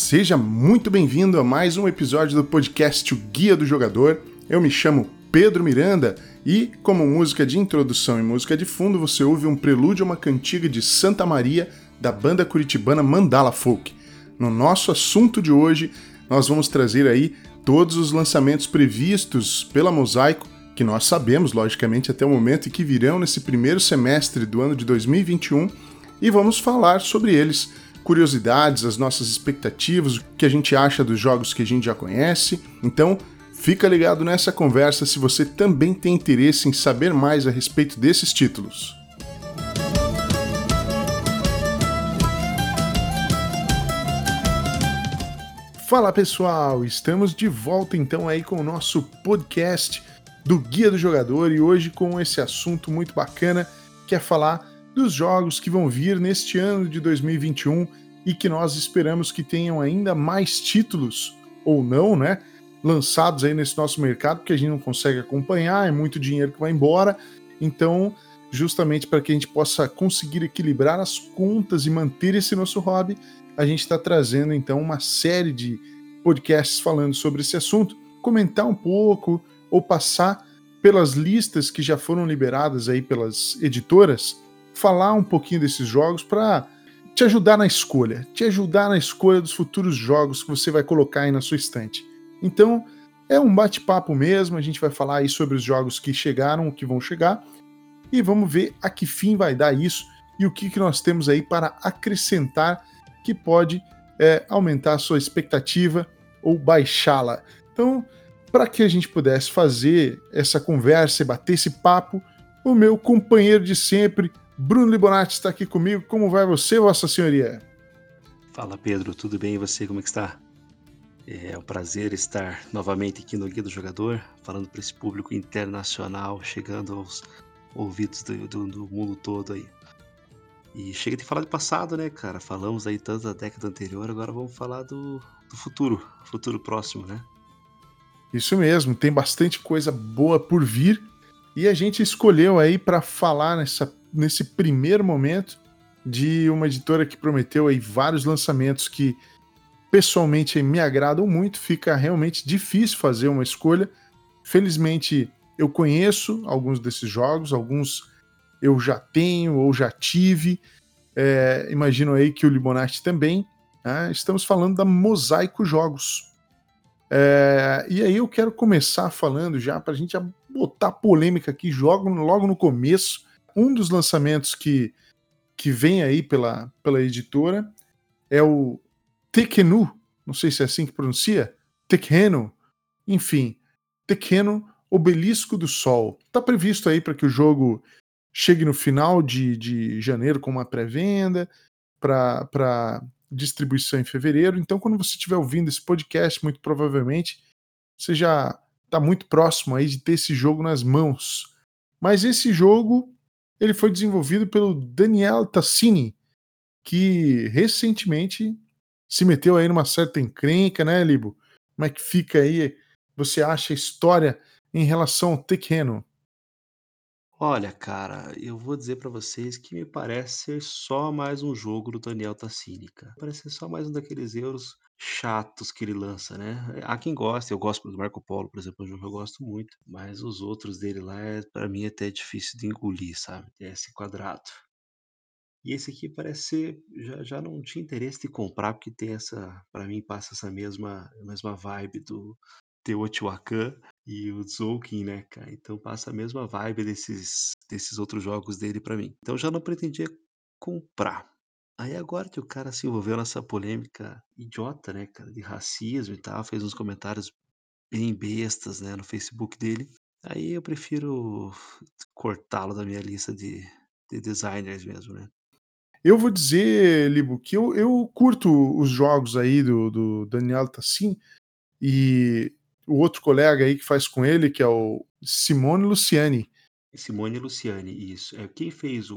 Seja muito bem-vindo a mais um episódio do podcast O Guia do Jogador. Eu me chamo Pedro Miranda e, como música de introdução e música de fundo, você ouve um prelúdio a uma cantiga de Santa Maria da banda curitibana Mandala Folk. No nosso assunto de hoje, nós vamos trazer aí todos os lançamentos previstos pela Mosaico, que nós sabemos, logicamente, até o momento e que virão nesse primeiro semestre do ano de 2021, e vamos falar sobre eles. Curiosidades, as nossas expectativas, o que a gente acha dos jogos que a gente já conhece. Então, fica ligado nessa conversa se você também tem interesse em saber mais a respeito desses títulos. Fala pessoal, estamos de volta então aí com o nosso podcast do Guia do Jogador e hoje com esse assunto muito bacana que é falar dos jogos que vão vir neste ano de 2021 e que nós esperamos que tenham ainda mais títulos, ou não, né, lançados aí nesse nosso mercado, porque a gente não consegue acompanhar, é muito dinheiro que vai embora, então, justamente para que a gente possa conseguir equilibrar as contas e manter esse nosso hobby, a gente está trazendo então uma série de podcasts falando sobre esse assunto, comentar um pouco ou passar pelas listas que já foram liberadas aí pelas editoras, falar um pouquinho desses jogos para te ajudar na escolha dos futuros jogos que você vai colocar aí na sua estante. Então, é um bate-papo mesmo, a gente vai falar aí sobre os jogos que chegaram, o que vão chegar, e vamos ver a que fim vai dar isso e o que nós temos aí para acrescentar que pode aumentar a sua expectativa ou baixá-la. Então, para que a gente pudesse fazer essa conversa e bater esse papo, o meu companheiro de sempre, Bruno Libonati, está aqui comigo. Como vai você, Vossa Senhoria? Fala Pedro, tudo bem e você, como é que está? É um prazer estar novamente aqui no Guia do Jogador, falando para esse público internacional, chegando aos ouvidos do mundo todo aí. E chega de falar de passado, né, cara? Falamos aí tanto da década anterior, agora vamos falar do futuro próximo, né? Isso mesmo, tem bastante coisa boa por vir e a gente escolheu aí para falar nesse primeiro momento de uma editora que prometeu aí vários lançamentos que pessoalmente me agradam muito, fica realmente difícil fazer uma escolha. Felizmente eu conheço alguns desses jogos, alguns eu já tenho ou já tive, imagino aí que o Libonati também. Né? Estamos falando da Mosaico Jogos. E aí eu quero começar falando já, para a gente já botar polêmica aqui logo no começo. Um dos lançamentos que vem aí pela editora é o Tekhenu, não sei se é assim que pronuncia, Tekhenu, enfim, Tekhenu Obelisco do Sol. Está previsto aí para que o jogo chegue no final de janeiro com uma pré-venda, para distribuição em fevereiro. Então, quando você estiver ouvindo esse podcast, muito provavelmente você já está muito próximo aí de ter esse jogo nas mãos. Mas esse jogo ele foi desenvolvido pelo Daniel Tassini, que recentemente se meteu aí numa certa encrenca, né, Libo? Como é que fica aí? Você acha a história em relação ao Tekhenu? Olha, cara, eu vou dizer pra vocês que me parece ser só mais um jogo do Daniel Tassini, cara. Parece ser só mais um daqueles euros chatos que ele lança, né? Há quem goste, eu gosto do Marco Polo, por exemplo, é um jogo que eu gosto muito, mas os outros dele lá, pra mim, é até difícil de engolir, sabe? É esse quadrado. E esse aqui parece ser, já não tinha interesse de comprar, porque tem essa, pra mim, passa essa mesma vibe do Teotihuacan e o Tzolk'in, né, cara? Então passa a mesma vibe desses outros jogos dele pra mim. Então já não pretendia comprar. Aí agora que o cara se envolveu nessa polêmica idiota, né, cara, de racismo e tal, fez uns comentários bem bestas, né, no Facebook dele. Aí eu prefiro cortá-lo da minha lista de designers mesmo, né? Eu vou dizer, Libo, que eu curto os jogos aí do Daniel Tassin e o outro colega aí que faz com ele, que é o Simone Luciani. Simone Luciani, isso. Quem fez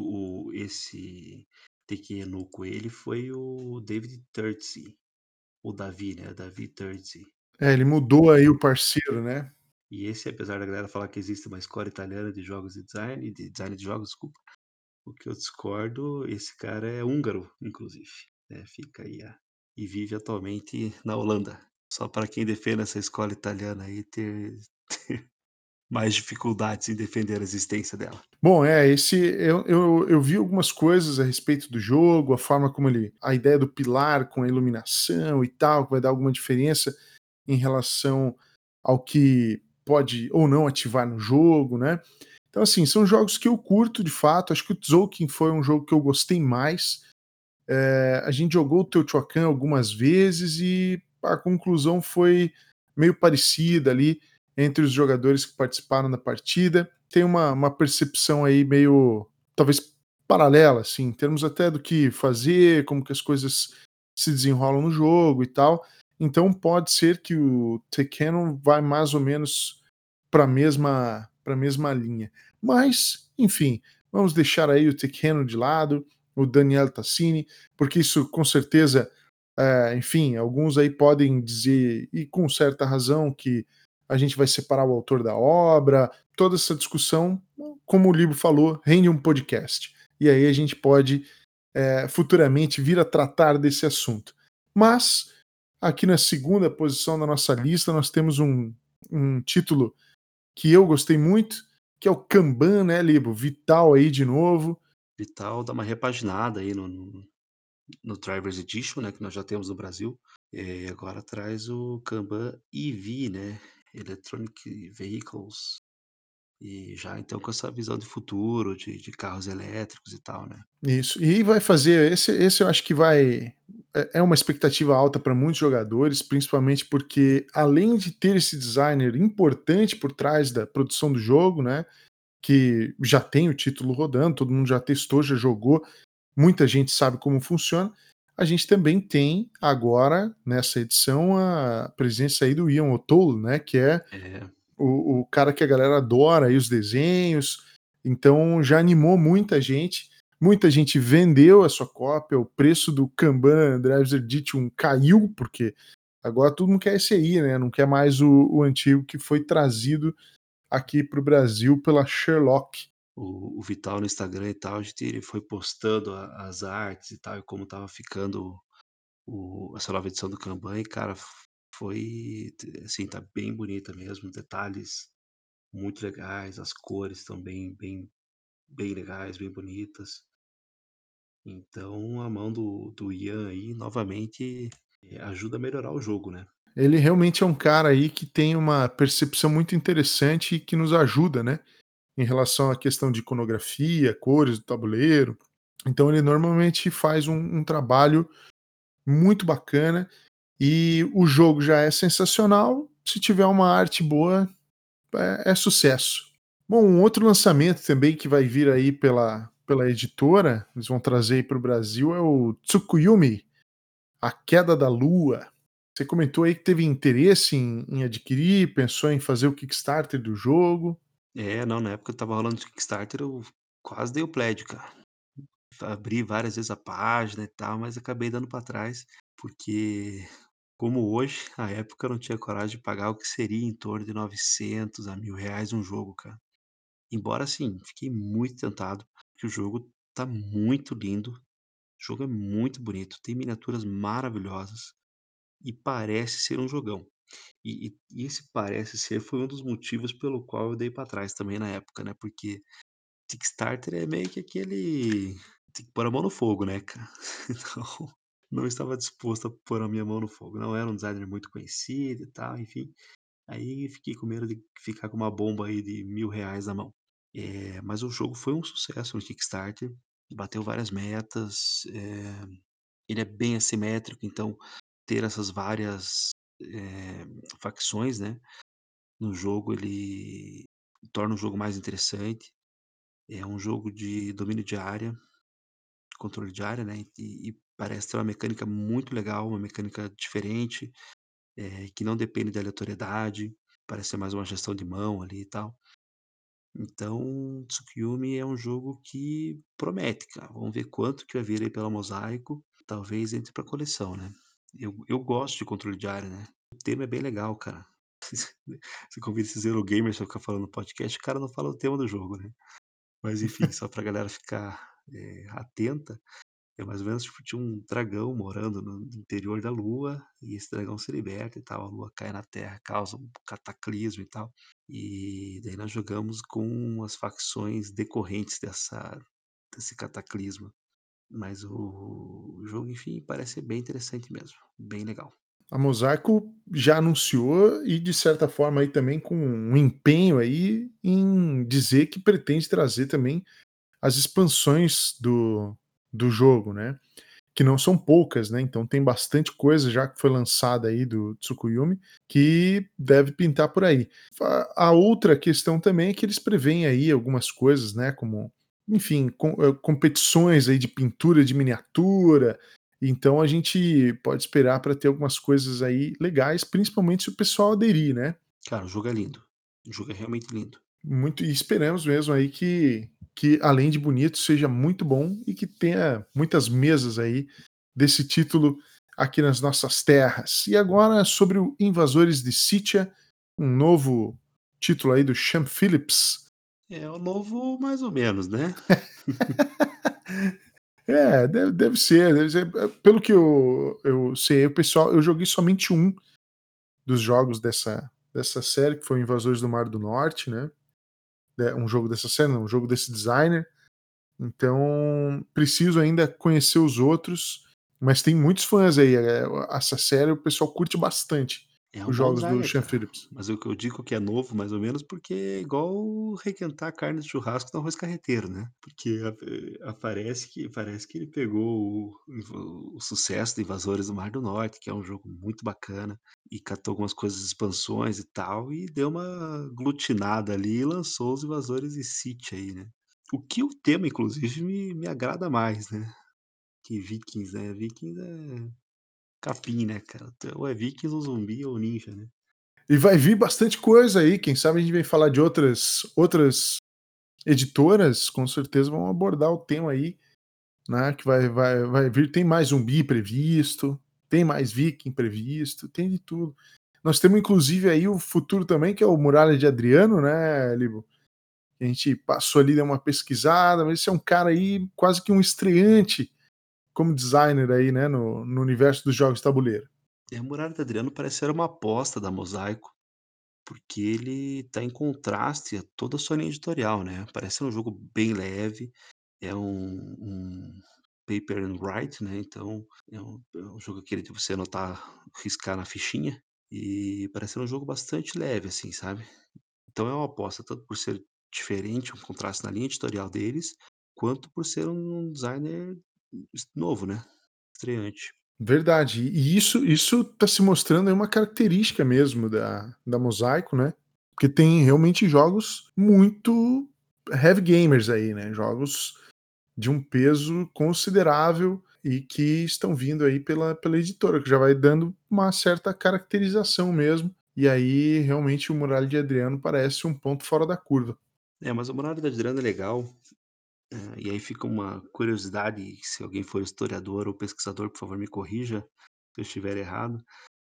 esse Tekken com ele foi o David Turczi, o Davi, né? Davi Turczi. Ele mudou aí o parceiro, né? E esse, apesar da galera falar que existe uma escola italiana de jogos de design de jogos, desculpa, o que eu discordo, esse cara é húngaro, inclusive. Fica aí e vive atualmente na Holanda. Só para quem defende essa escola italiana aí ter mais dificuldades em defender a existência dela. Bom, eu vi algumas coisas a respeito do jogo, a forma como a ideia do pilar com a iluminação e tal, que vai dar alguma diferença em relação ao que pode ou não ativar no jogo, né. Então, assim, são jogos que eu curto de fato, acho que o Tzolk'in foi um jogo que eu gostei mais. A gente jogou o Teotihuacan algumas vezes e a conclusão foi meio parecida ali entre os jogadores que participaram da partida. Tem uma percepção aí meio, talvez, paralela, assim, em termos até do que fazer, como que as coisas se desenrolam no jogo e tal. Então pode ser que o Tekkenu vai mais ou menos para a mesma linha. Mas, enfim, vamos deixar aí o Tekkenu de lado, o Daniel Tassini, porque isso com certeza, enfim, alguns aí podem dizer, e com certa razão, que a gente vai separar o autor da obra. Toda essa discussão, como o Libo falou, rende um podcast. E aí a gente pode futuramente vir a tratar desse assunto. Mas, aqui na segunda posição da nossa lista, nós temos um título que eu gostei muito, que é o Kanban, né, Libo? Vital aí de novo. Vital dá uma repaginada aí no Drivers Edition, né, que nós já temos no Brasil. Agora traz o Kanban EV, né, Electronic Vehicles, e já então com essa visão de futuro, de carros elétricos e tal, né. Isso. E vai fazer esse eu acho que vai é uma expectativa alta para muitos jogadores, principalmente porque além de ter esse designer importante por trás da produção do jogo, né, que já tem o título rodando, todo mundo já testou, já jogou, muita gente sabe como funciona. A gente também tem agora, nessa edição, a presença aí do Ian O'Toole, né, que é É, o cara que a galera adora aí os desenhos, então já animou muita gente vendeu a sua cópia, o preço do Kanban Drivers Edition caiu, porque agora todo mundo quer esse aí, né, não quer mais o antigo que foi trazido aqui para o Brasil pela Sherlock. o Vital no Instagram e tal, a gente ele foi postando as artes e tal, e como estava ficando essa nova edição do Kanban e cara, foi assim, tá bem bonita mesmo, detalhes muito legais, as cores estão bem legais, bem bonitas. Então a mão do Ian aí novamente, ajuda a melhorar o jogo, né. Ele realmente é um cara aí que tem uma percepção muito interessante e que nos ajuda, né, em relação à questão de iconografia, cores do tabuleiro. Então ele normalmente faz um trabalho muito bacana e o jogo já é sensacional. Se tiver uma arte boa, é sucesso. Bom, um outro lançamento também que vai vir aí pela editora, eles vão trazer aí para o Brasil, é o Tsukuyomi, A Queda da Lua. Você comentou aí que teve interesse em adquirir, pensou em fazer o Kickstarter do jogo. É, não, na época que estava rolando o Kickstarter eu quase dei o pledge, cara. Abri várias vezes a página e tal, mas acabei dando pra trás, porque como hoje, à época eu não tinha coragem de pagar o que seria em torno de 900 a R$ 1.000 um jogo, cara. Embora assim, fiquei muito tentado, porque o jogo tá muito lindo, o jogo é muito bonito, tem miniaturas maravilhosas e parece ser um jogão. E esse parece ser foi um dos motivos pelo qual eu dei pra trás também na época, né, porque Kickstarter é meio que aquele tem que pôr a mão no fogo, né, cara. Então, não estava disposto a pôr a minha mão no fogo. Não era um designer muito conhecido e tal, enfim. Aí fiquei com medo de ficar com uma bomba aí de R$ 1.000 na mão. Mas o jogo foi um sucesso no Kickstarter, bateu várias metas, ele é bem assimétrico, então ter essas várias, facções, né, no jogo, ele torna o jogo mais interessante. É um jogo de domínio de área, controle de área, né, e parece ter uma mecânica muito legal, uma mecânica diferente, que não depende da aleatoriedade, parece ser mais uma gestão de mão ali e tal. Então, Tsukiyomi é um jogo que promete, cara. Vamos ver quanto que vai vir aí pela Mosaico, talvez entre pra coleção, né. Eu gosto de controle de área, né. O tema é bem legal, cara. Você convida esses Eurogamers pra ficar falando no podcast, o cara não fala o tema do jogo, né. Mas enfim, só pra galera ficar, atenta, É mais ou menos, tipo, tinha um dragão morando no interior da Lua, e esse dragão se liberta e tal, a Lua cai na Terra, causa um cataclismo e tal. E daí nós jogamos com as facções decorrentes desse cataclisma. Mas o jogo, enfim, parece ser bem interessante mesmo, bem legal. A Mosaico já anunciou e de certa forma aí também com um empenho aí em dizer que pretende trazer também as expansões do jogo, né, que não são poucas, né, então tem bastante coisa já que foi lançada aí do Tsukuyomi, que deve pintar por aí. A outra questão também é que eles preveem aí algumas coisas, né, como, enfim, competições aí de pintura de miniatura, então a gente pode esperar para ter algumas coisas aí legais, principalmente se o pessoal aderir, né. Cara, o jogo é lindo. O jogo é realmente lindo. Muito, e esperamos mesmo aí que além de bonito, seja muito bom e que tenha muitas mesas aí desse título aqui nas nossas terras. E agora sobre o Invasores de Scythia, um novo título aí do Sean Phillips. É o novo mais ou menos, né. É, deve ser. Pelo que eu sei, o pessoal, eu joguei somente um dos jogos dessa série, que foi o Invasores do Mar do Norte, né? Um jogo dessa série, não, um jogo desse designer. Então, preciso ainda conhecer os outros, mas tem muitos fãs aí. Essa série o pessoal curte bastante É um os bom jogos do designer, Sean cara. Phillips. Mas o que eu digo que é novo, mais ou menos, porque é igual requentar a carne de churrasco no arroz carreteiro, né. Porque parece que ele pegou o sucesso de Invasores do Mar do Norte, que é um jogo muito bacana, e catou algumas coisas, expansões e tal, e deu uma aglutinada ali e lançou os Invasores de City aí, né. O tema, inclusive, me agrada mais, né, que Vikings, né. Vikings é capim, né, cara. Ou é Vikings ou zumbi ou ninja, né. E vai vir bastante coisa aí, quem sabe a gente vem falar de outras editoras, com certeza vão abordar o tema aí, né, que vai vir, tem mais zumbi previsto, tem mais viking previsto, tem de tudo. Nós temos inclusive aí o futuro também, que é o Muralha de Adriano, né, Libo? A gente passou ali, deu uma pesquisada, mas esse é um cara aí quase que um estreante como designer aí, né, no universo dos jogos de tabuleiro. O Muralha de Adriano parece ser uma aposta da Mosaico, porque ele tá em contraste a toda a sua linha editorial, né. Parece ser um jogo bem leve, é um paper and write, né, então é um jogo aquele de você anotar, riscar na fichinha, e parece ser um jogo bastante leve, assim, sabe. Então é uma aposta tanto por ser diferente, um contraste na linha editorial deles, quanto por ser um designer novo, né, estreante. Verdade. E isso tá se mostrando aí uma característica mesmo da Mosaico, né, porque tem realmente jogos muito heavy gamers aí, né, jogos de um peso considerável e que estão vindo aí pela editora, que já vai dando uma certa caracterização mesmo, e aí realmente o Muralha de Adriano parece um ponto fora da curva. É, mas o Muralha da Adriano é legal, e aí fica uma curiosidade, se alguém for historiador ou pesquisador, por favor, me corrija se eu estiver errado,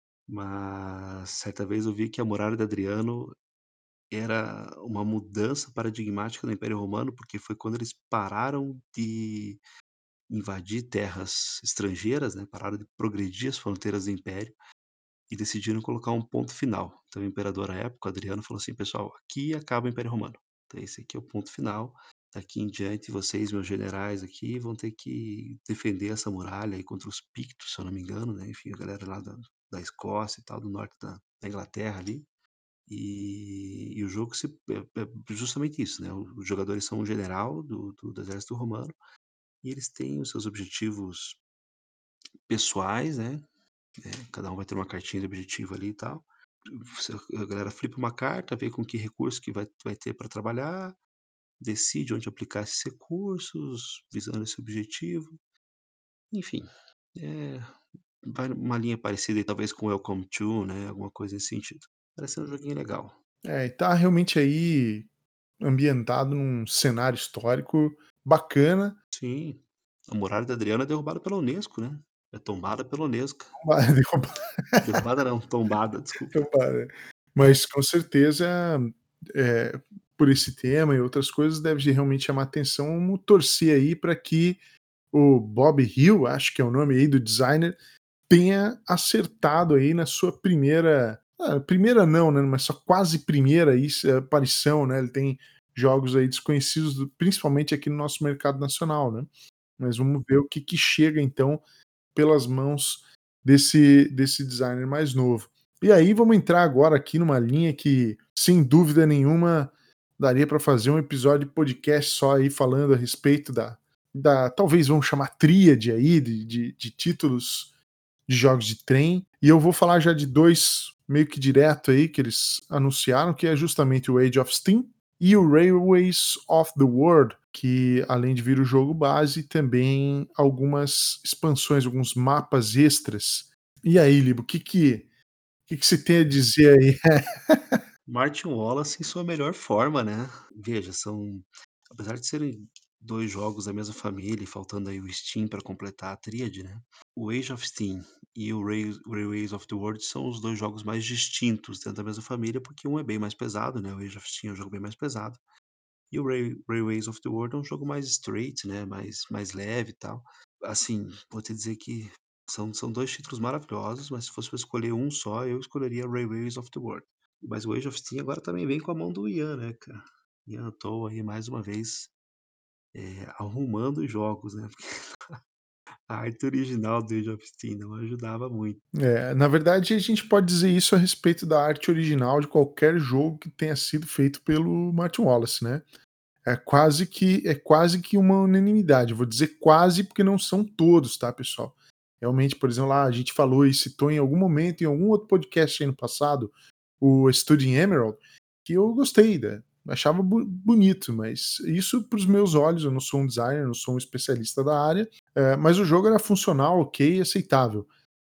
mas certa vez eu vi que a Muralha de Adriano era uma mudança paradigmática do Império Romano, porque foi quando eles pararam de invadir terras estrangeiras, né, pararam de progredir as fronteiras do império e decidiram colocar um ponto final. Então o imperador à época, Adriano, falou assim: "Pessoal, aqui acaba o Império Romano. Então esse aqui é o ponto final. Daqui em diante vocês, meus generais aqui, vão ter que defender essa muralha aí contra os Pictos", se eu não me engano, né, enfim, a galera lá da Escócia e tal, do norte da Inglaterra ali. E o jogo é justamente isso, né, os jogadores são um general do exército romano e eles têm os seus objetivos pessoais, né, cada um vai ter uma cartinha de objetivo ali e tal. A galera flipa uma carta, vê com que recurso que vai ter para trabalhar, decide onde aplicar esses recursos, visando esse objetivo. Enfim, eh, vai numa linha parecida aí talvez com Welcome to, né, alguma coisa nesse sentido. Parece ser um joguinho legal. É, e tá realmente aí ambientado num cenário histórico bacana. Sim, a muralha de Adriano é derrubada pela Unesco, né, é tombada pela Unesco. Derrubada não, tombada, desculpa. É. Mas com certeza, eh, por esse tema e outras coisas, deve realmente chamar atenção. Vamos torcer aí para que o Bob Hill, acho que é o nome aí do designer, tenha acertado aí na sua primeira não, né, mas sua quase primeira aí aparição, né, ele tem jogos aí desconhecidos principalmente aqui no nosso mercado nacional, né. Mas vamos ver o que que chega então pelas mãos desse designer mais novo. E aí vamos entrar agora aqui numa linha que, sem dúvida nenhuma, daria para fazer um episódio de podcast só aí falando a respeito da talvez vamos chamar tríade aí de títulos de jogos de trem. E eu vou falar já de dois meio que direto aí que eles anunciaram, que é justamente o Age of Steam e o Railways of the World, que além de vir o jogo base, também algumas expansões, alguns mapas extras. E aí, Libo, o que que você tem a dizer aí? Martin Wallace em sua melhor forma, né. Veja, apesar de serem 2 jogos da mesma família e faltando aí o Steam para completar a tríade, né, o Age of Steam e o Railways of the World são os 2 jogos mais distintos dentro da mesma família, porque um é bem mais pesado, né, o Age of Steam é um jogo bem mais pesado, e o Railways of the World é um jogo mais straight, né, mais leve e tal. Assim, vou te dizer que são 2 títulos maravilhosos, mas se fosse pra escolher um só, eu escolheria Railways of the World. Mas o Age of Steam agora também vem com a mão do Ian, né, cara. Ian à toa aí mais uma vez, arrumando os jogos, né, porque a arte original do Age of Steam não ajudava muito. Na verdade, a gente pode dizer isso a respeito da arte original de qualquer jogo que tenha sido feito pelo Martin Wallace, né? É quase que uma unanimidade. Vou dizer quase porque não são todos, tá, pessoal? Realmente, por exemplo, lá a gente falou e citou em algum momento, em algum outro podcast aí no passado, o Studying Emerald, que eu gostei, achava bonito, mas isso para os meus olhos, eu não sou um designer, não sou um especialista da área, mas o jogo era funcional, ok, aceitável.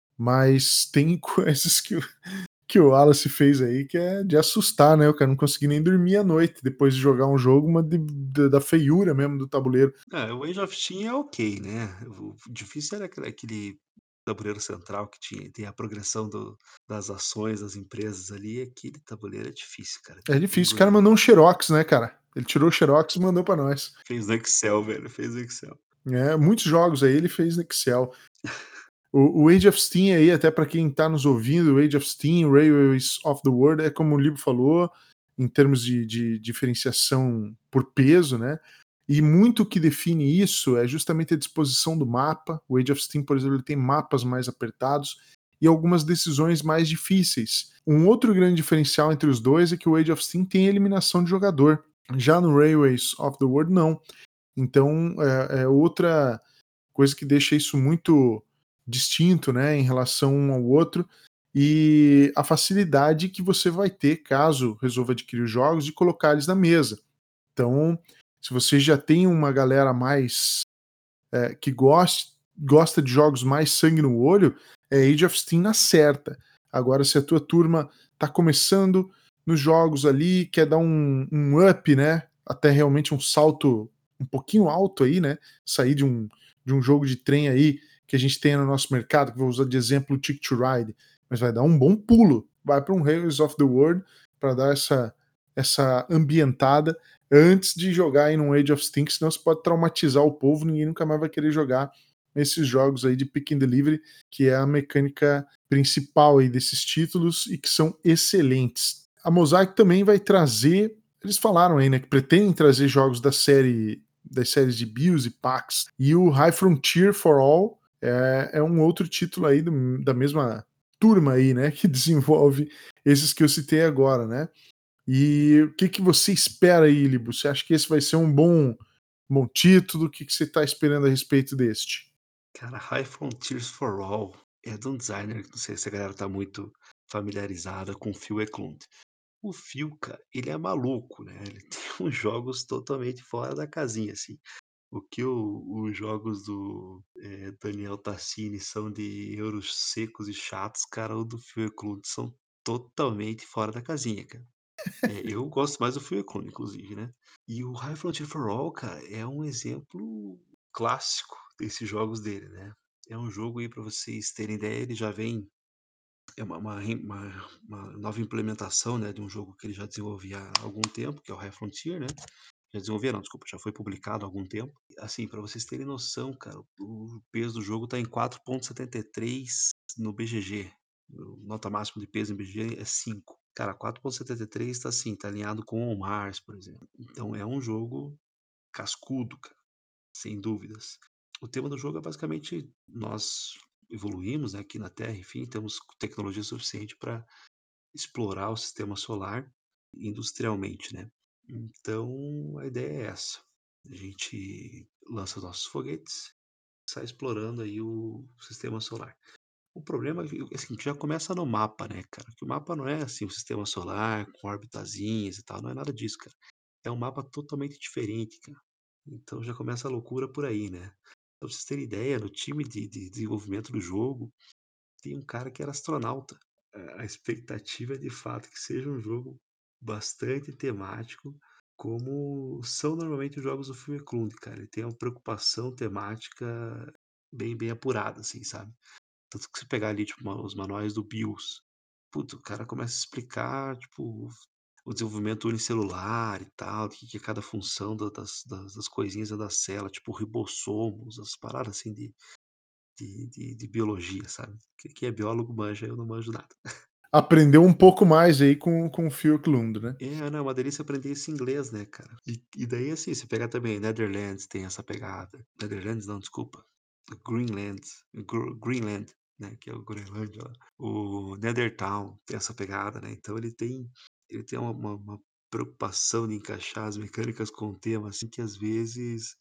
Mas tem coisas que o Wallace fez aí que é de assustar, né? O cara não conseguia nem dormir à noite depois de jogar um jogo, da feiura mesmo do tabuleiro. O Age of Steam é ok, né, o difícil era aquele tabuleiro central que tem a progressão das ações das empresas ali, aquele tabuleiro é difícil, cara, É tem difícil. O cara guri mandou um xerox, né, cara? Ele tirou o xerox e mandou pra nós. fez no Excel, velho, fez no Excel. Muitos jogos aí ele fez no Excel. O Age of Steam aí, até para quem tá nos ouvindo, o Age of Steam, Railways of the World, é como o Libo falou, em termos de diferenciação por peso, né? E muito que define isso é justamente a disposição do mapa. O Age of Steam, por exemplo, ele tem mapas mais apertados e algumas decisões mais difíceis. Um outro grande diferencial entre os dois é que o Age of Steam tem eliminação de jogador. Já no Railways of the World, não. Então, é outra coisa que deixa isso muito distinto, né, em relação um ao outro, e a facilidade que você vai ter, caso resolva adquirir os jogos, de colocar eles na mesa. Então, se você já tem uma galera mais que gosta de jogos mais sangue no olho, Age of Steam na certa. Agora, se a tua turma tá começando nos jogos ali, quer dar um up, né? Até realmente um salto um pouquinho alto aí, né? Sair de um jogo de trem aí que a gente tem no nosso mercado, que vou usar de exemplo o Ticket to Ride, mas vai dar um bom pulo, vai para um Rails of the World para dar essa ambientada antes de jogar em um Age of Steam, senão você pode traumatizar o povo, ninguém nunca mais vai querer jogar esses jogos aí de pick and delivery, que é a mecânica principal aí desses títulos e que são excelentes. A Mosaic também vai trazer, eles falaram aí, né, que pretendem trazer jogos das séries de BIOS e PAX, e o High Frontier for All é um outro título aí da mesma turma aí, né, que desenvolve esses que eu citei agora, né? E o que que você espera aí, Libo? Você acha que esse vai ser um bom título? O que que você está esperando a respeito deste? Cara, High Frontiers for All é de um designer que não sei se a galera tá muito familiarizada com o Phil Eklund. O Phil, cara, ele é maluco, né, ele tem uns jogos totalmente fora da casinha, assim. O que os jogos do, Daniel Tascini são de euros secos e chatos, cara, o do Phil Eklund são totalmente fora da casinha, cara. Eu gosto mais do Phil Eklund, inclusive, né. E o High Frontier for All, cara, é um exemplo clássico desses jogos dele, né. É um jogo aí pra vocês terem ideia, ele já vem é uma nova implementação, né, de um jogo que ele já desenvolvia há algum tempo, que é o High Frontier, né. Já desenvolveram, desculpa, já foi publicado há algum tempo. Assim, pra vocês terem noção, cara, o peso do jogo tá em 4,73 no BGG. O nota máxima de peso em BGG é 5. Cara, 4,73 tá assim, tá alinhado com o Mars, por exemplo. Então é um jogo cascudo, cara, sem dúvidas. O tema do jogo é basicamente nós evoluímos, né, aqui na Terra, enfim, temos tecnologia suficiente para explorar o sistema solar industrialmente, né. Então, a ideia é essa, a gente lança os nossos foguetes, sai explorando aí o sistema solar. O problema é que, assim, que já começa no mapa, né, cara, que o mapa não é, assim, o sistema solar com orbitazinhas e tal, não é nada disso, cara. É um mapa totalmente diferente, cara. Então já começa a loucura por aí, né. Pra vocês terem ideia, no time de desenvolvimento do jogo, tem um cara que era astronauta. A expectativa é de fato que seja um jogo bastante temático, como são normalmente os jogos do filme Clone, cara. Ele tem uma preocupação temática bem apurada, assim, sabe. Tanto que se pegar ali, tipo, os manuais do BIOS, putz, o cara começa a explicar, tipo, o desenvolvimento unicelular e tal, o que que é cada função das coisinhas dentro da célula, tipo ribossomos, as paradas assim de biologia, sabe. Quem é biólogo manja, eu não manjo nada. Aprendeu um pouco mais aí com o Phil Klund, né? É, não, é uma delícia aprender isso em inglês, né, cara. E daí, assim, você pegar também Netherlands tem essa pegada. Netherlands não, desculpa. Greenland, Greenland, né, que é o Groenlândia lá. O Nethertown tem essa pegada, né, então ele tem uma preocupação de encaixar as mecânicas com o tema, assim, que às vezes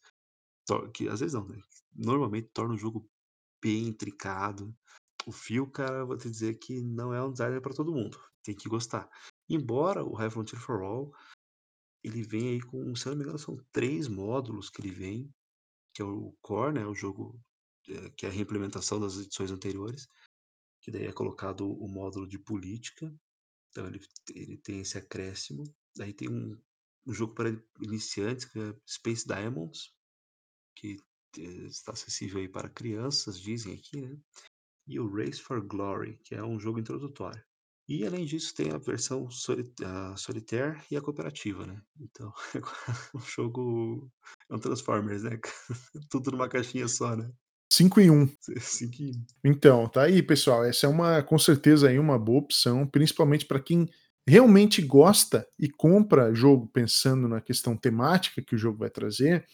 que às vezes não, né, normalmente torna o jogo bem intricado. O Phil, cara, vou te dizer que não é um designer para todo mundo, tem que gostar. Embora o High Frontier for All, ele vem aí com, se eu não me engano, são 3 módulos que ele vem, que é o Core, né, o jogo, que é a reimplementação das edições anteriores, que daí é colocado o módulo de política, então ele tem esse acréscimo. Daí tem um jogo para iniciantes, que é Space Diamonds, que, está acessível aí para crianças, dizem aqui, né. E o Race for Glory, que é um jogo introdutório. E além disso tem a versão Solitaire e a cooperativa, né. Então é um jogo, é um Transformers, né, tudo numa caixinha só, né. 5 em 1. Assim que Então, tá aí, pessoal. Essa é uma, com certeza, aí uma boa opção, principalmente para quem realmente gosta e compra jogo pensando na questão temática que o jogo vai trazer.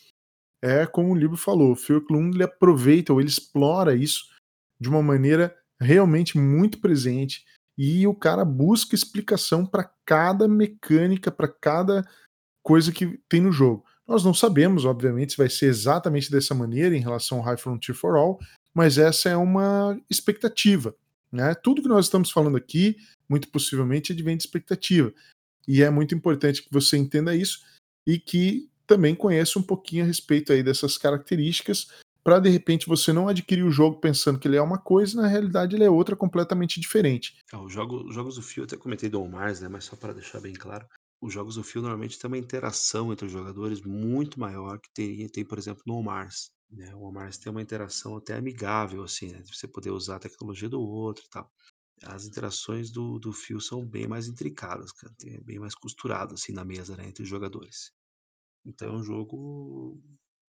É como o livro falou, o Phil Klund ele aproveita ou ele explora isso de uma maneira realmente muito presente e o cara busca explicação para cada mecânica, para cada coisa que tem no jogo. Nós não sabemos, obviamente, se vai ser exatamente dessa maneira em relação ao High Frontier for All, mas essa é uma expectativa. Né? Tudo que nós estamos falando aqui, muito possivelmente, advém de expectativa. E é muito importante que você entenda isso e que também conheça um pouquinho a respeito aí dessas características, para de repente você não adquirir o jogo pensando que ele é uma coisa, na realidade ele é outra completamente diferente. os jogos do Fio, eu até comentei do On Mars, né, mas só para deixar bem claro, os jogos do Fio normalmente tem uma interação entre os jogadores muito maior que tem, por exemplo, no On Mars, né. O On Mars tem uma interação até amigável, assim, né, de você poder usar a tecnologia do outro e tal. As interações do Fio são bem mais intricadas, cara, é bem mais costurado, assim, na mesa, né, entre os jogadores. Então é um jogo,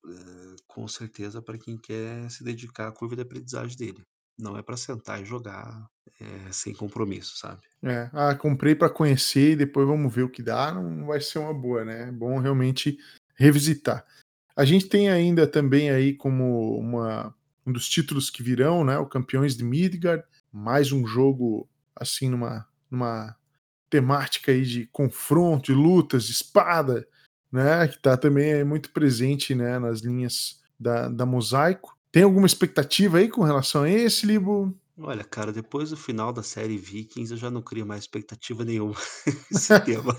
com certeza para quem quer se dedicar à curva de aprendizagem dele. Não é para sentar e jogar, sem compromisso, sabe. É, ah, comprei para conhecer e depois vamos ver o que dá, não vai ser uma boa, né? É bom realmente revisitar. A gente tem ainda também aí como um dos títulos que virão, né? O Campeões de Midgard, mais um jogo assim numa temática aí de confronto, de lutas, de espada, né? Que tá também muito presente, né? Nas linhas da Mosaico. Tem alguma expectativa aí com relação a esse, Libo? Olha, cara, depois do final da série Vikings, eu já não crio mais expectativa nenhuma nesse tema.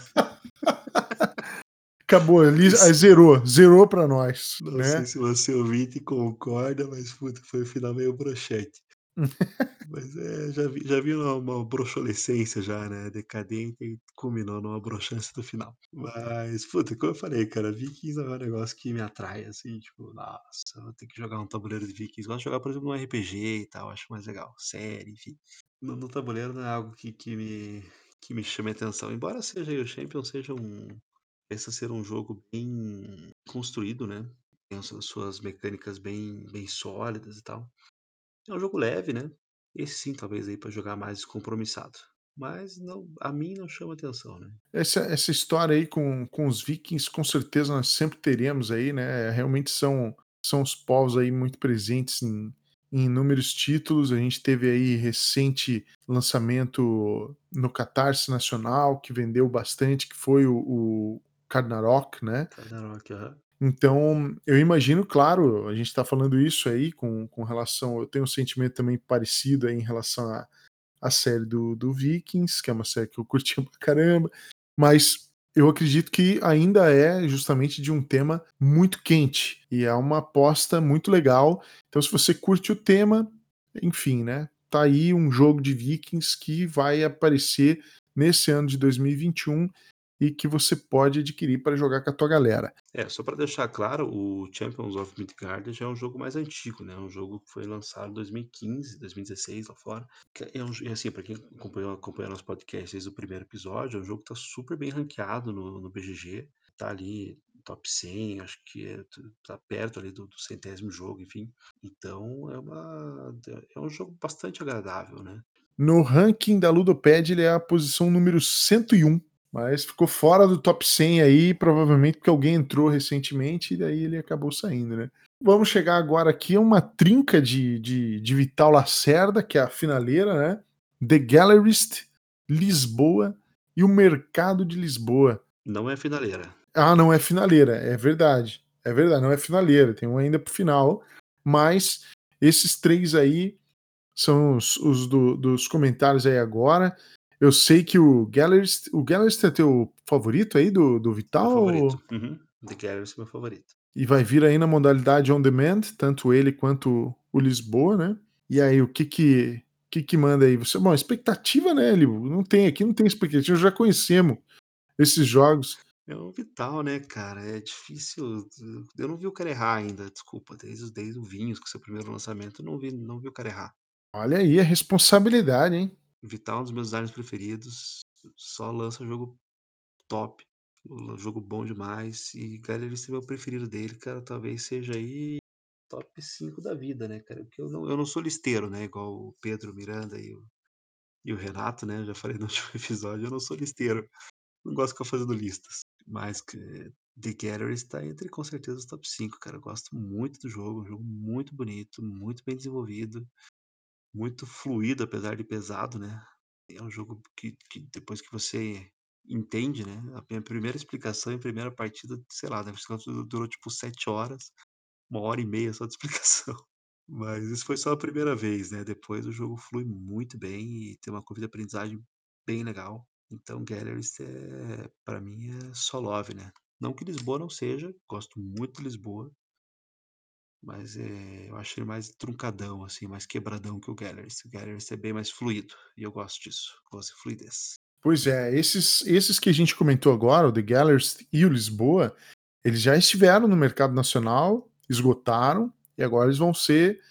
Acabou ali, Não aí sei zerou para nós, não sei né? se você ouvinte concorda, mas puta, foi um final meio broxante. Mas já vi uma broxolescência já, né, decadente e culminou numa broxância do final. Mas, puta, como eu falei, cara, Vikings é um negócio que me atrai, assim, tipo, nossa, eu vou ter que jogar um tabuleiro de Vikings. Gosto de jogar, por exemplo, num RPG e tal, acho mais legal, série, enfim. No tabuleiro não é algo que me chame atenção, embora seja aí o Champion seja Parece ser um jogo bem construído, né, tem as suas mecânicas bem sólidas e tal. É um jogo leve, né, esse sim talvez aí para jogar mais descompromissado, mas não, a mim não chama atenção, né. Essa história aí com os Vikings, com certeza nós sempre teremos aí, né? Realmente são os povos aí muito presentes em inúmeros títulos. A gente teve aí recente lançamento no Catarse Nacional, que vendeu bastante, que foi o Ragnarok, né? Ragnarok, aham. Então, eu imagino, claro, a gente está falando isso aí com relação. Eu tenho um sentimento também parecido aí em relação a série do Vikings, que é uma série que eu curti pra caramba, mas eu acredito que ainda é justamente de um tema muito quente e é uma aposta muito legal. Então, se você curte o tema, enfim, né? Tá aí um jogo de Vikings que vai aparecer nesse ano de 2021 e que você pode adquirir para jogar com a tua galera. É, só para deixar claro, o Champions of Midgard já é um jogo mais antigo, né, um jogo que foi lançado em 2015, 2016 lá fora, que é um jo e assim, para quem acompanha nosso podcast desde o primeiro episódio, é um jogo que tá super bem ranqueado no BGG, tá ali top 100, acho que tá perto ali do centésimo jogo, enfim. Então é um jogo bastante agradável, né. No ranking da Ludopad, ele é a posição número 101, mas ficou fora do top 100 aí, provavelmente porque alguém entrou recentemente e daí ele acabou saindo, né? Vamos chegar agora aqui a uma trinca de Vital Lacerda, que é a finaleira, né? The Gallerist, Lisboa e o Mercado de Lisboa. Não é finaleira. Ah, não é finaleira, é verdade. É verdade, não é finaleira, tem um ainda pro final, mas esses três aí são os dos comentários aí agora. Eu sei que o Gallerist é teu favorito aí do Meu Vital? favorito. Uhum. The Garrison é meu favorito. E vai vir aí na modalidade on demand, tanto ele quanto o Lisboa, né? E aí, o que manda aí? Você, bom, expectativa, né, Livo? Não tem, aqui não tem expectativa, já conhecemos esses jogos. É o Vital, né, cara, é difícil, eu não vi o cara errar ainda, desculpa, desde o Vinhos, que é o seu primeiro lançamento, eu não vi o cara errar. Olha aí a responsabilidade, hein? Vital é um dos meus designers preferidos, só lança jogo top, jogo bom demais, e Gallerista é meu preferido dele, cara, talvez seja aí top 5 da vida, né, cara, porque eu não sou listeiro, né, igual o Pedro Miranda e o Renato, né, eu já falei no último episódio, eu não sou listeiro. Não gosto de ficar fazendo listas, mas que The Gallery está entre com certeza os top 5, cara. Eu gosto muito do jogo, um jogo muito bonito, muito bem desenvolvido, muito fluido, apesar de pesado, né. É um jogo que depois que você entende, né, a minha primeira explicação em primeira partida, sei lá, deve ser durou tipo 7 horas, 1 hora e meia só de explicação. Mas isso foi só a primeira vez, né, depois o jogo flui muito bem e tem uma curva de aprendizagem bem legal. Então Galleries pra mim é só love, né. Não que Lisboa não seja, gosto muito de Lisboa, mas, eu acho ele mais truncadão, assim, mais quebradão que o Galleries. O Galleries é bem mais fluido, e eu gosto disso, gosto de fluidez. Pois é, esses que a gente comentou agora, o The Galleries e o Lisboa, eles já estiveram no mercado nacional, esgotaram, e agora eles vão ser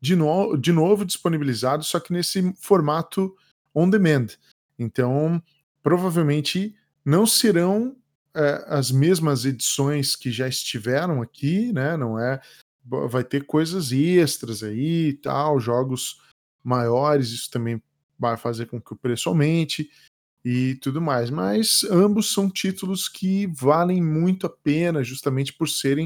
de novo disponibilizados, só que nesse formato on demand. Então, provavelmente não serão as mesmas edições que já estiveram aqui, né? Não é. Vai ter coisas extras aí e tal, jogos maiores, isso também vai fazer com que o preço aumente e tudo mais. Mas ambos são títulos que valem muito a pena, justamente por serem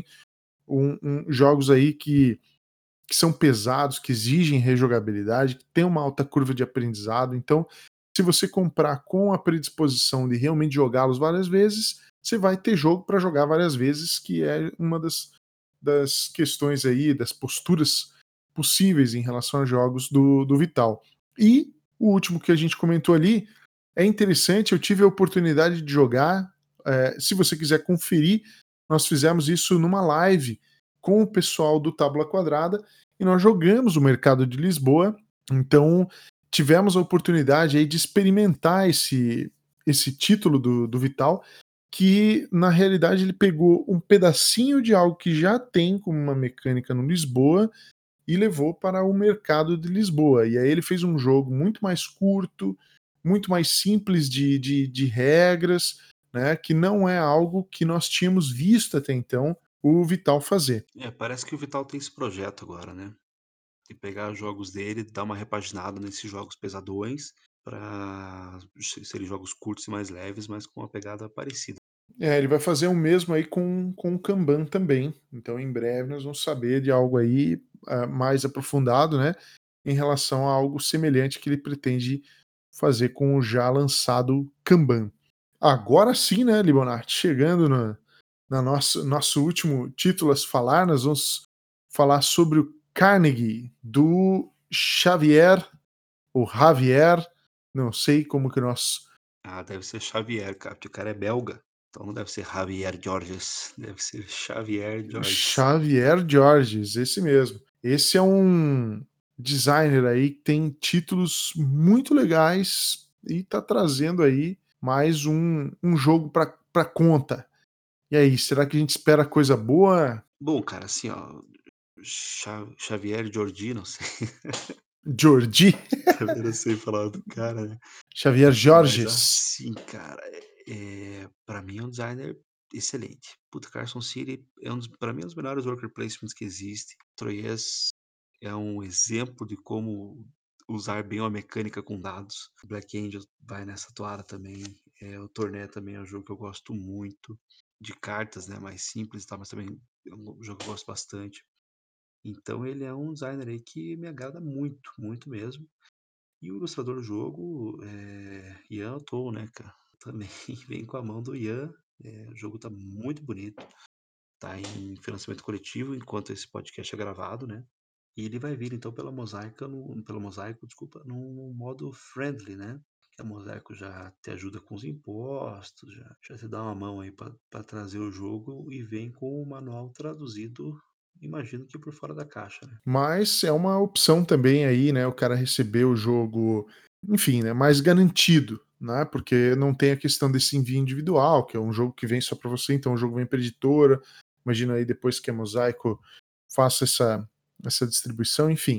jogos aí que são pesados, que exigem rejogabilidade, que tem uma alta curva de aprendizado. Então, se você comprar com a predisposição de realmente jogá-los várias vezes, você vai ter jogo para jogar várias vezes, que é uma das questões aí, das posturas possíveis em relação a jogos do Vital. E o último que a gente comentou ali é interessante, eu tive a oportunidade de jogar. Se você quiser conferir, nós fizemos isso numa live com o pessoal do Tábula Quadrada e nós jogamos o Mercado de Lisboa. Então tivemos a oportunidade aí de experimentar esse título do Vital, que na realidade ele pegou um pedacinho de algo que já tem como uma mecânica no Lisboa e levou para o mercado de Lisboa. E aí ele fez um jogo muito mais curto, muito mais simples de regras, né, que não é algo que nós tínhamos visto até então o Vital fazer. Parece que o Vital tem esse projeto agora, né, de pegar os jogos dele, dar uma repaginada nesses jogos pesadões, pra serem jogos curtos e mais leves, mas com uma pegada parecida. Ele vai fazer o mesmo aí com o Kanban também. Então, em breve, nós vamos saber de algo aí mais aprofundado, né? Em relação a algo semelhante que ele pretende fazer com o já lançado Kanban. Agora sim, né, Libonati? Chegando na nosso último título a se falar, nós vamos falar sobre o Carnegie do Xavier, ou Javier, não sei como que nós. Ah, deve ser Xavier, cara, porque o cara é belga, então não deve ser Javier Georges, deve ser Xavier Georges. Xavier Georges, esse mesmo. Esse é um designer aí que tem títulos muito legais e tá trazendo aí mais um jogo para conta. E aí, será que a gente espera coisa boa? Bom, cara, assim, ó, Xavier Jordi, não sei, Georgie? também não sei falar do cara, né. Xavier Mas Georges. assim, cara, pra mim é um designer excelente. Puta, Carson City é pra mim é um dos melhores worker placements que existe. Troyes é um exemplo de como usar bem uma mecânica com dados. Black Angel vai nessa toada também. O Torné também é um jogo que eu gosto muito. De cartas, né, mais simples e tal, mas também é um jogo que eu gosto bastante. Então ele é um designer aí que me agrada muito, muito mesmo. E o ilustrador do jogo é Ian Tou, né, cara? Também vem com a mão do Ian. O jogo tá muito bonito. Tá em financiamento coletivo enquanto esse podcast é gravado, né? E ele vai vir então pela Mosaico, desculpa, no modo friendly, né? Que a Mosaico já te ajuda com os impostos, já te dá uma mão aí para trazer o jogo e vem com o manual traduzido, imagino que por fora da caixa, né? Mas é uma opção também aí, né, o cara receber o jogo, enfim, né, mais garantido, né, porque não tem a questão desse envio individual, que é um jogo que vem só para você, então o jogo vem para editora. Imagina aí depois que a Mosaico faça essa distribuição, enfim,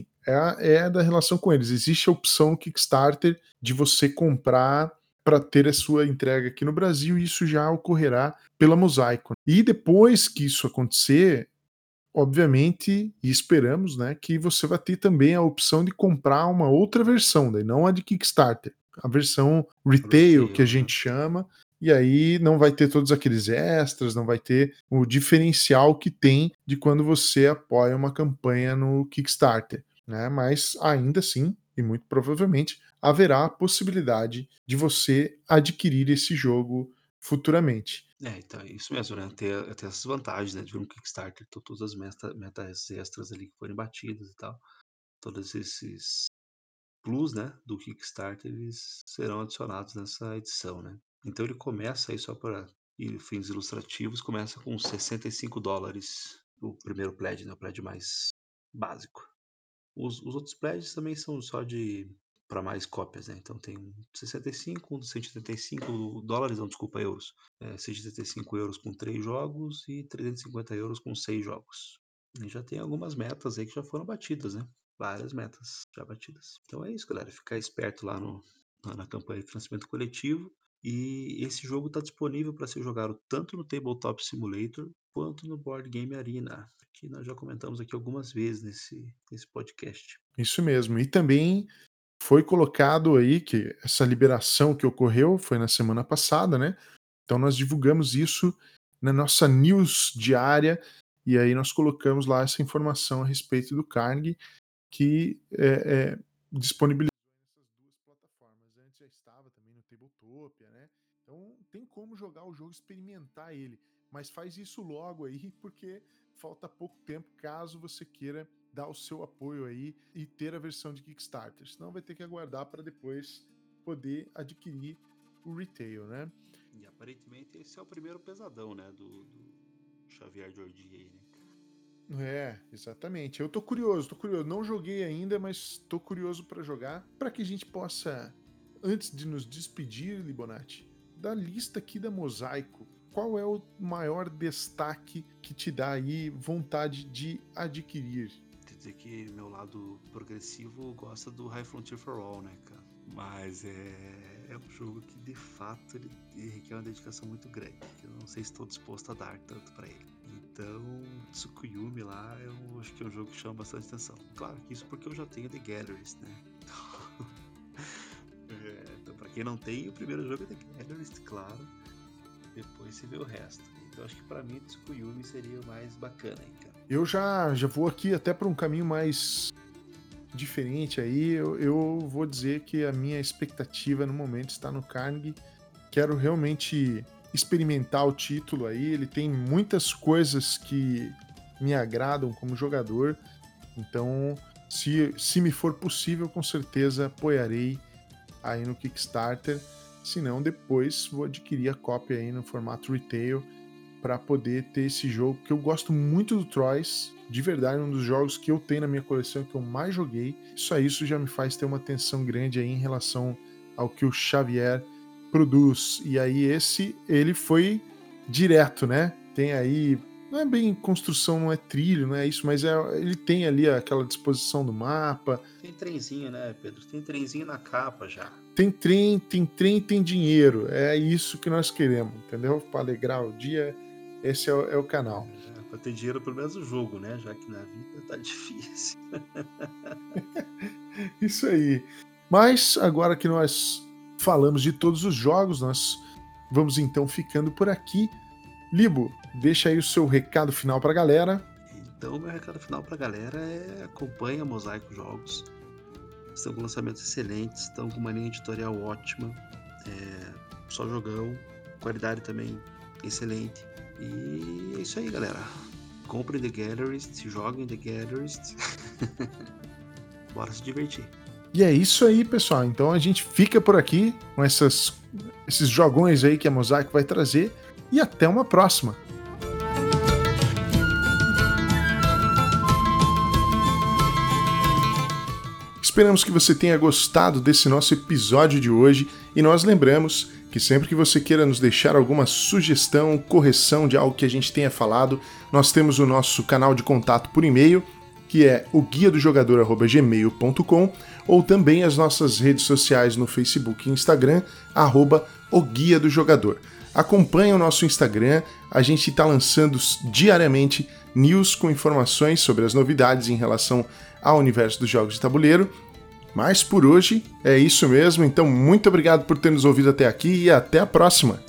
é da relação com eles. Existe a opção no Kickstarter de você comprar para ter a sua entrega aqui no Brasil, e isso já ocorrerá pela Mosaico. E depois que isso acontecer, obviamente, e esperamos, né, que você vai ter também a opção de comprar uma outra versão, daí não a de Kickstarter, a versão retail que a Retail, gente né? chama, e aí não vai ter todos aqueles extras, não vai ter o diferencial que tem de quando você apoia uma campanha no Kickstarter, né? Mas ainda assim, e muito provavelmente, haverá a possibilidade de você adquirir esse jogo futuramente. Então, é isso mesmo, né? Ter essas vantagens, né? De ver um Kickstarter, todas as metas extras ali que forem batidas e tal. Todos esses plus, né? Do Kickstarter, eles serão adicionados nessa edição, né? Então ele começa aí só para fins ilustrativos, começa com US$ 65 o primeiro pledge, né? O pledge mais básico. Os outros pledges também são só de para mais cópias, né? Então tem um de 65, um de US$ 175, não, desculpa, euros. 175 euros com 3 jogos e 350 euros com 6 jogos. E já tem algumas metas aí que já foram batidas, né? Várias metas já batidas. Então é isso, galera. Ficar esperto lá na campanha de financiamento coletivo. E esse jogo está disponível para ser jogado tanto no Tabletop Simulator quanto no Board Game Arena, que nós já comentamos aqui algumas vezes nesse podcast. Isso mesmo. E também foi colocado aí que essa liberação que ocorreu foi na semana passada, né? Então nós divulgamos isso na nossa news diária, e aí nós colocamos lá essa informação a respeito do Carnegie, que disponibilizou nessas duas plataformas. Antes já estava também no Tabletopia, né? Então tem como jogar o jogo, experimentar ele, mas faz isso logo aí, porque falta pouco tempo caso você queira dar o seu apoio aí e ter a versão de Kickstarter. Senão vai ter que aguardar para depois poder adquirir o retail, né? E aparentemente esse é o primeiro pesadão, né? Do Xavier Jordi aí, né? Exatamente. Eu tô curioso, tô curioso. Não joguei ainda, mas tô curioso para jogar, para que a gente possa, antes de nos despedir, Libonati, da lista aqui da Mosaico, qual é o maior destaque que te dá aí vontade de adquirir? Quer dizer que meu lado progressivo gosta do High Frontier for All, né, cara? Mas é um jogo que de fato ele requer uma dedicação muito grande, que eu não sei se estou disposto a dar tanto pra ele. Então, Tsukuyomi lá, eu acho que é um jogo que chama bastante atenção. Claro que isso porque eu já tenho The Galleries, né? Então, pra quem não tem, o primeiro jogo é The Galleries, claro. Depois você vê o resto. Então, acho que pra mim, Tsukuyomi seria o mais bacana aí, cara. Eu já vou aqui até para um caminho mais diferente aí. Eu vou dizer que a minha expectativa no momento está no Carnegie. Quero realmente experimentar o título aí. Ele tem muitas coisas que me agradam como jogador. Então, se me for possível, com certeza apoiarei aí no Kickstarter. Se não, depois vou adquirir a cópia aí no formato retail para poder ter esse jogo, que eu gosto muito do Troyes, de verdade, um dos jogos que eu tenho na minha coleção que eu mais joguei. Isso já me faz ter uma atenção grande aí em relação ao que o Xavier produz. E aí ele foi direto, né? Tem aí, não é bem construção, não é trilho, não é isso, mas ele tem ali aquela disposição do mapa. Tem trenzinho, né, Pedro? Tem trenzinho na capa já. Tem trem, tem dinheiro. É isso que nós queremos, entendeu? Para alegrar o dia, esse é o canal. Para ter dinheiro pelo menos o jogo, né? Já que na vida tá difícil. Isso aí. Mas agora que nós falamos de todos os jogos, nós vamos então ficando por aqui. Libo, deixa aí o seu recado final pra galera. Então, meu recado final pra galera é acompanha Mosaico Jogos. Estão com lançamentos excelentes, estão com uma linha editorial ótima, só jogão, qualidade também excelente. E é isso aí, galera. Comprem The Galleries, se joguem The Galleries. Bora se divertir. E é isso aí, pessoal. Então a gente fica por aqui com esses jogões aí que a Mosaico vai trazer. E até uma próxima. Esperamos que você tenha gostado desse nosso episódio de hoje e nós lembramos que sempre que você queira nos deixar alguma sugestão, correção de algo que a gente tenha falado, nós temos o nosso canal de contato por e-mail, que é o guiadojogador@gmail.com, ou também as nossas redes sociais no Facebook e Instagram, @oguiadojogador. Acompanhe o nosso Instagram, a gente está lançando diariamente news com informações sobre as novidades em relação ao universo dos jogos de tabuleiro. Mas por hoje é isso mesmo, então muito obrigado por ter nos ouvido até aqui e até a próxima!